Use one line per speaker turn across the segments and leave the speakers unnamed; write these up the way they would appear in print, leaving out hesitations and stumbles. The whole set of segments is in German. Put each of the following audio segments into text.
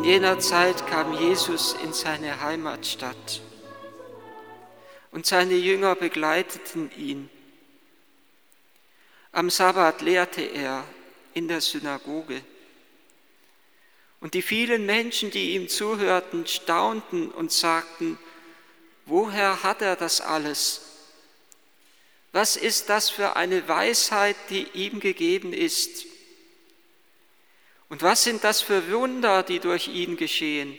jener Zeit kam Jesus in seine Heimatstadt und seine Jünger begleiteten ihn. Am Sabbat lehrte er in der Synagoge. Und die vielen Menschen, die ihm zuhörten, staunten und sagten: Woher hat er das alles? Was ist das für eine Weisheit, die ihm gegeben ist? Und was sind das für Wunder, die durch ihn geschehen?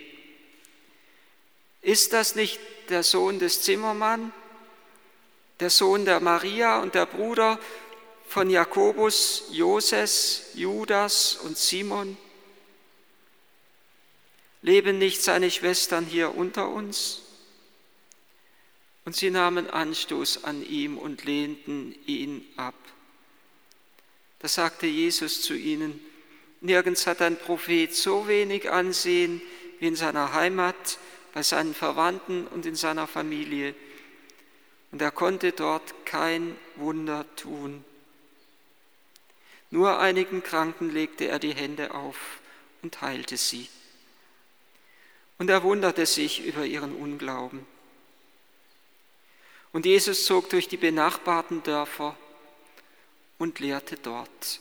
Ist das nicht der Sohn des Zimmermanns, der Sohn der Maria und der Bruder von Jakobus, Joses, Judas und Simon? Leben nicht seine Schwestern hier unter uns? Und sie nahmen Anstoß an ihm und lehnten ihn ab. Da sagte Jesus zu ihnen: Nirgends hat ein Prophet so wenig Ansehen wie in seiner Heimat, bei seinen Verwandten und in seiner Familie. Und er konnte dort kein Wunder tun. Nur einigen Kranken legte er die Hände auf und heilte sie. Und er wunderte sich über ihren Unglauben. Und Jesus zog durch die benachbarten Dörfer und lehrte dort.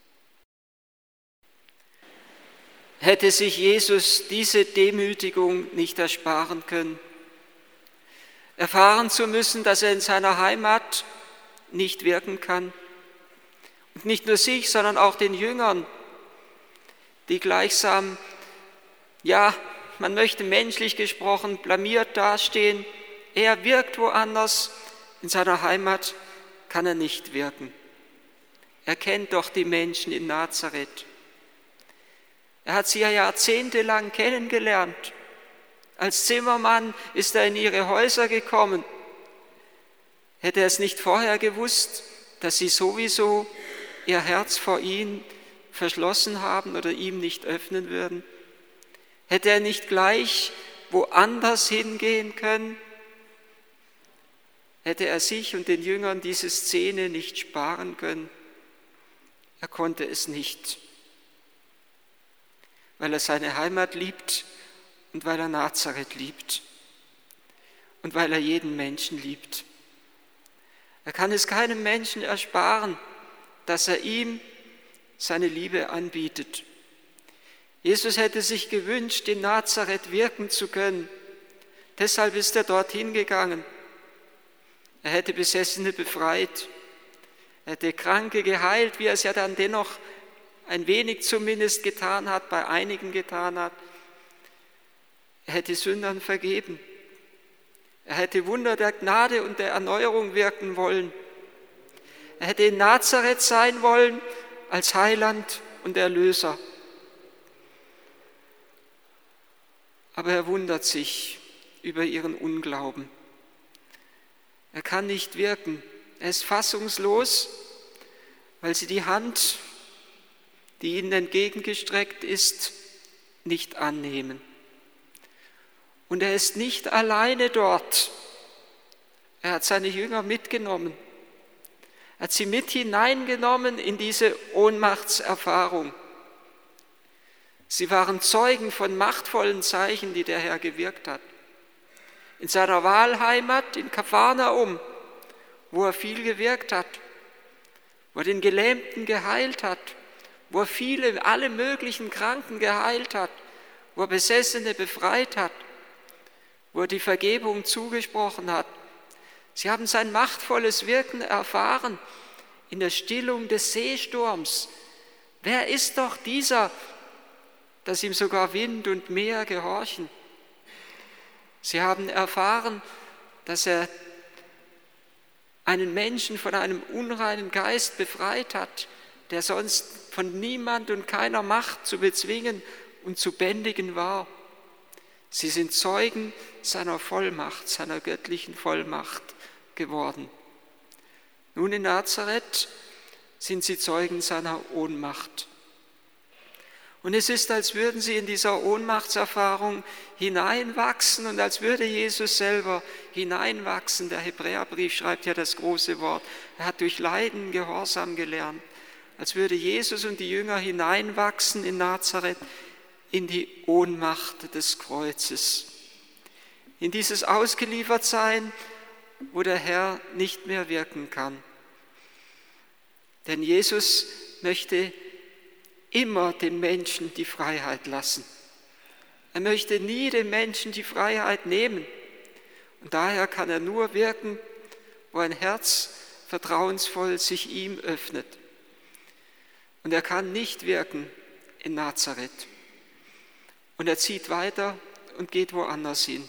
Hätte sich Jesus diese Demütigung nicht ersparen können, erfahren zu müssen, dass er in seiner Heimat nicht wirken kann? Und nicht nur sich, sondern auch den Jüngern, die gleichsam, man möchte menschlich gesprochen, blamiert dastehen. Er wirkt woanders, in seiner Heimat kann er nicht wirken. Er kennt doch die Menschen in Nazareth. Er hat sie ja jahrzehntelang kennengelernt. Als Zimmermann ist er in ihre Häuser gekommen. Hätte er es nicht vorher gewusst, dass sie sowieso ihr Herz vor ihm verschlossen haben oder ihm nicht öffnen würden? Hätte er nicht gleich woanders hingehen können? Hätte er sich und den Jüngern diese Szene nicht sparen können? Er konnte es nicht, weil er seine Heimat liebt und weil er Nazareth liebt und weil er jeden Menschen liebt. Er kann es keinem Menschen ersparen, dass er ihm seine Liebe anbietet. Jesus hätte sich gewünscht, in Nazareth wirken zu können. Deshalb ist er dorthin gegangen. Er hätte Besessene befreit, er hätte Kranke geheilt, wie er es ja dann dennoch ein wenig zumindest getan hat, bei einigen getan hat. Er hätte Sündern vergeben. Er hätte Wunder der Gnade und der Erneuerung wirken wollen. Er hätte in Nazareth sein wollen als Heiland und Erlöser. Aber er wundert sich über ihren Unglauben. Er kann nicht wirken. Er ist fassungslos, weil sie die Hand, die ihnen entgegengestreckt ist, nicht annehmen. Und er ist nicht alleine dort. Er hat seine Jünger mitgenommen. Er hat sie mit hineingenommen in diese Ohnmachtserfahrung. Sie waren Zeugen von machtvollen Zeichen, die der Herr gewirkt hat. In seiner Wahlheimat in Kapharnaum, wo er viel gewirkt hat, wo er den Gelähmten geheilt hat, wo er alle möglichen Kranken geheilt hat, wo er Besessene befreit hat, wo er die Vergebung zugesprochen hat. Sie haben sein machtvolles Wirken erfahren in der Stillung des Seesturms. Wer ist doch dieser, dass ihm sogar Wind und Meer gehorchen? Sie haben erfahren, dass er einen Menschen von einem unreinen Geist befreit hat, der sonst von niemand und keiner Macht zu bezwingen und zu bändigen war. Sie sind Zeugen seiner Vollmacht, seiner göttlichen Vollmacht geworden. Nun in Nazareth sind sie Zeugen seiner Ohnmacht. Und es ist, als würden sie in dieser Ohnmachtserfahrung hineinwachsen und als würde Jesus selber hineinwachsen. Der Hebräerbrief schreibt ja das große Wort. Er hat durch Leiden Gehorsam gelernt. Als würde Jesus und die Jünger hineinwachsen in Nazareth in die Ohnmacht des Kreuzes, in dieses Ausgeliefertsein, wo der Herr nicht mehr wirken kann. Denn Jesus möchte immer dem Menschen die Freiheit lassen. Er möchte nie dem Menschen die Freiheit nehmen. Und daher kann er nur wirken, wo ein Herz vertrauensvoll sich ihm öffnet. Und er kann nicht wirken in Nazareth. Und er zieht weiter und geht woanders hin.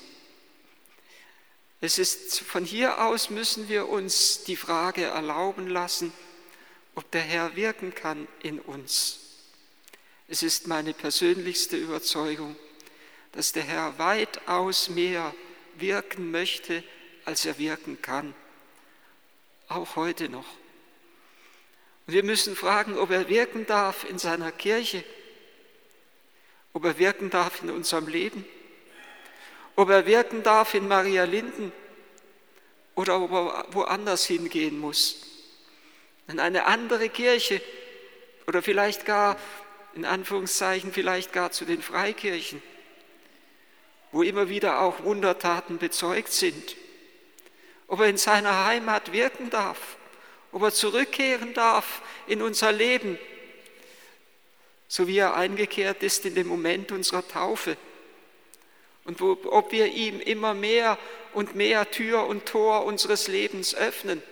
Von hier aus müssen wir uns die Frage erlauben lassen, ob der Herr wirken kann in uns. Es ist meine persönlichste Überzeugung, dass der Herr weitaus mehr wirken möchte, als er wirken kann. Auch heute noch. Und wir müssen fragen, ob er wirken darf in seiner Kirche, ob er wirken darf in unserem Leben, ob er wirken darf in Maria Linden oder ob er woanders hingehen muss. In eine andere Kirche oder vielleicht gar, in Anführungszeichen, vielleicht gar zu den Freikirchen, wo immer wieder auch Wundertaten bezeugt sind. Ob er in seiner Heimat wirken darf, ob er zurückkehren darf in unser Leben, so wie er eingekehrt ist in dem Moment unserer Taufe. Und ob wir ihm immer mehr und mehr Tür und Tor unseres Lebens öffnen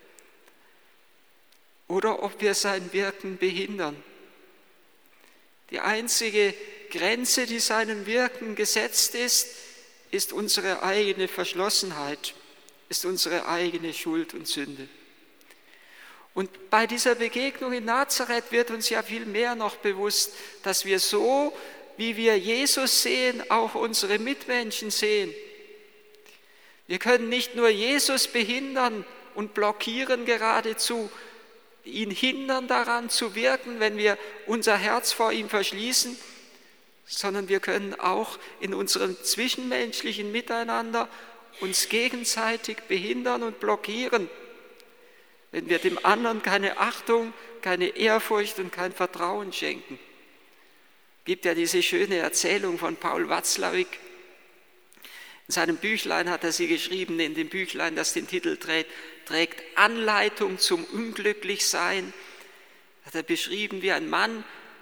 oder ob wir sein Wirken behindern. Die einzige Grenze, die seinem Wirken gesetzt ist, ist unsere eigene Verschlossenheit, ist unsere eigene Schuld und Sünde. Und bei dieser Begegnung in Nazareth wird uns ja viel mehr noch bewusst, dass wir so, wie wir Jesus sehen, auch unsere Mitmenschen sehen. Wir können nicht nur Jesus behindern und blockieren geradezu, ihn hindern daran zu wirken, wenn wir unser Herz vor ihm verschließen, sondern wir können auch in unserem zwischenmenschlichen Miteinander uns gegenseitig behindern und blockieren, wenn wir dem anderen keine Achtung, keine Ehrfurcht und kein Vertrauen schenken. Es gibt ja diese schöne Erzählung von Paul Watzlawick. In seinem Büchlein hat er sie geschrieben, in dem Büchlein, das den Titel trägt Anleitung zum Unglücklichsein. Hat er beschrieben, wie ein Mann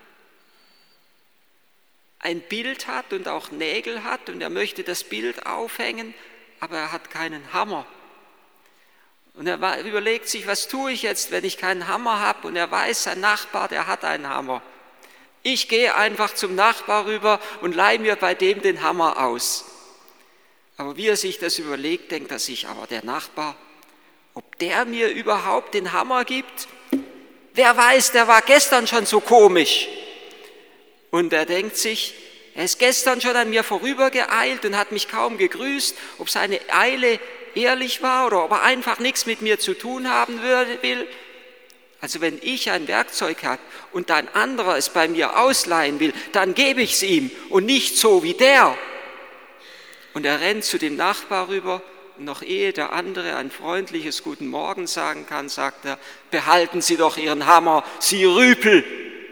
ein Bild hat und auch Nägel hat und er möchte das Bild aufhängen, aber er hat keinen Hammer. Und er überlegt sich, was tue ich jetzt, wenn ich keinen Hammer habe? Und er weiß, sein Nachbar, der hat einen Hammer. Ich gehe einfach zum Nachbar rüber und leihe mir bei dem den Hammer aus. Aber wie er sich das überlegt, denkt er sich, aber der Nachbar, ob der mir überhaupt den Hammer gibt? Wer weiß, der war gestern schon so komisch. Und er denkt sich, er ist gestern schon an mir vorübergeeilt und hat mich kaum gegrüßt, ob seine Eile ehrlich war oder ob er einfach nichts mit mir zu tun haben will. Also wenn ich ein Werkzeug habe und ein anderer es bei mir ausleihen will, dann gebe ich es ihm und nicht so wie der. Und er rennt zu dem Nachbar rüber und noch ehe der andere ein freundliches Guten Morgen sagen kann, sagt er, behalten Sie doch Ihren Hammer, Sie Rüpel.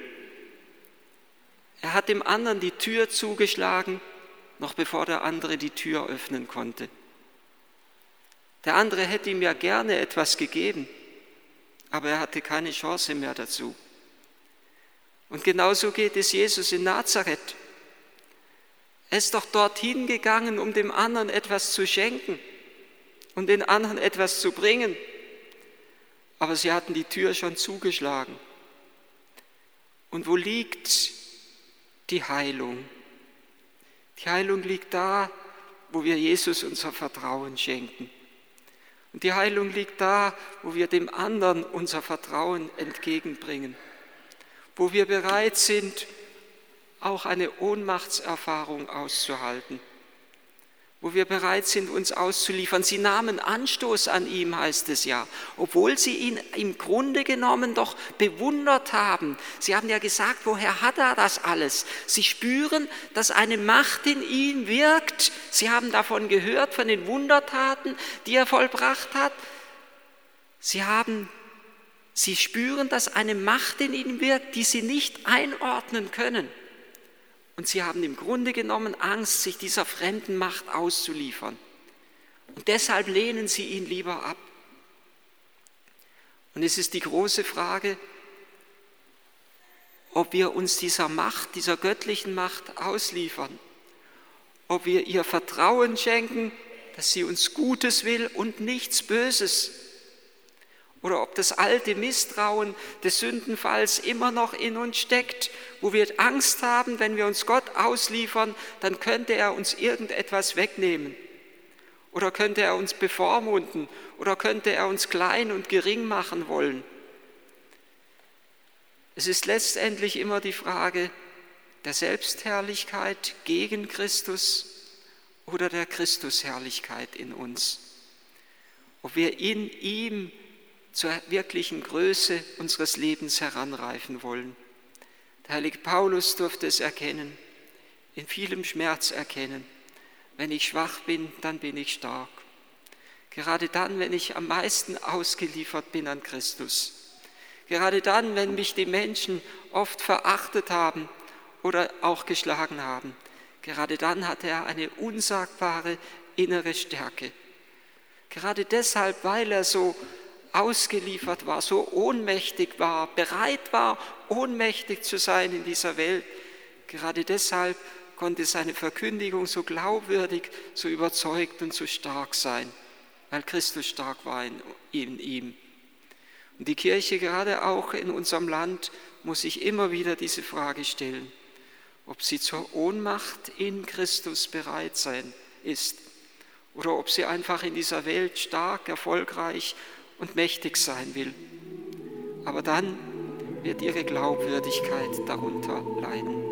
Er hat dem anderen die Tür zugeschlagen, noch bevor der andere die Tür öffnen konnte. Der andere hätte ihm ja gerne etwas gegeben, aber er hatte keine Chance mehr dazu. Und genauso geht es Jesus in Nazareth. Er ist doch dorthin gegangen, um dem anderen etwas zu schenken, um den anderen etwas zu bringen. Aber sie hatten die Tür schon zugeschlagen. Und wo liegt die Heilung? Die Heilung liegt da, wo wir Jesus unser Vertrauen schenken. Und die Heilung liegt da, wo wir dem anderen unser Vertrauen entgegenbringen, wo wir bereit sind, auch eine Ohnmachtserfahrung auszuhalten, wo wir bereit sind, uns auszuliefern. Sie nahmen Anstoß an ihm, heißt es ja, obwohl sie ihn im Grunde genommen doch bewundert haben. Sie haben ja gesagt, woher hat er das alles? Sie spüren, dass eine Macht in ihm wirkt. Sie haben davon gehört, von den Wundertaten, die er vollbracht hat. Sie spüren, dass eine Macht in ihnen wirkt, die sie nicht einordnen können. Und sie haben im Grunde genommen Angst, sich dieser fremden Macht auszuliefern. Und deshalb lehnen sie ihn lieber ab. Und es ist die große Frage, ob wir uns dieser Macht, dieser göttlichen Macht ausliefern, ob wir ihr Vertrauen schenken, dass sie uns Gutes will und nichts Böses, oder ob das alte Misstrauen des Sündenfalls immer noch in uns steckt, wo wir Angst haben, wenn wir uns Gott ausliefern, dann könnte er uns irgendetwas wegnehmen oder könnte er uns bevormunden oder könnte er uns klein und gering machen wollen. Es ist letztendlich immer die Frage der Selbstherrlichkeit gegen Christus oder der Christusherrlichkeit in uns. Ob wir in ihm zur wirklichen Größe unseres Lebens heranreifen wollen. Der heilige Paulus durfte es erkennen, in vielem Schmerz erkennen. Wenn ich schwach bin, dann bin ich stark. Gerade dann, wenn ich am meisten ausgeliefert bin an Christus. Gerade dann, wenn mich die Menschen oft verachtet haben oder auch geschlagen haben. Gerade dann hatte er eine unsagbare innere Stärke. Gerade deshalb, weil er so ausgeliefert war, so ohnmächtig war, bereit war, ohnmächtig zu sein in dieser Welt. Gerade deshalb konnte seine Verkündigung so glaubwürdig, so überzeugt und so stark sein, weil Christus stark war in ihm. Und die Kirche, gerade auch in unserem Land, muss sich immer wieder diese Frage stellen, ob sie zur Ohnmacht in Christus bereit sein ist oder ob sie einfach in dieser Welt stark, erfolgreich und mächtig sein will. Aber dann wird ihre Glaubwürdigkeit darunter leiden.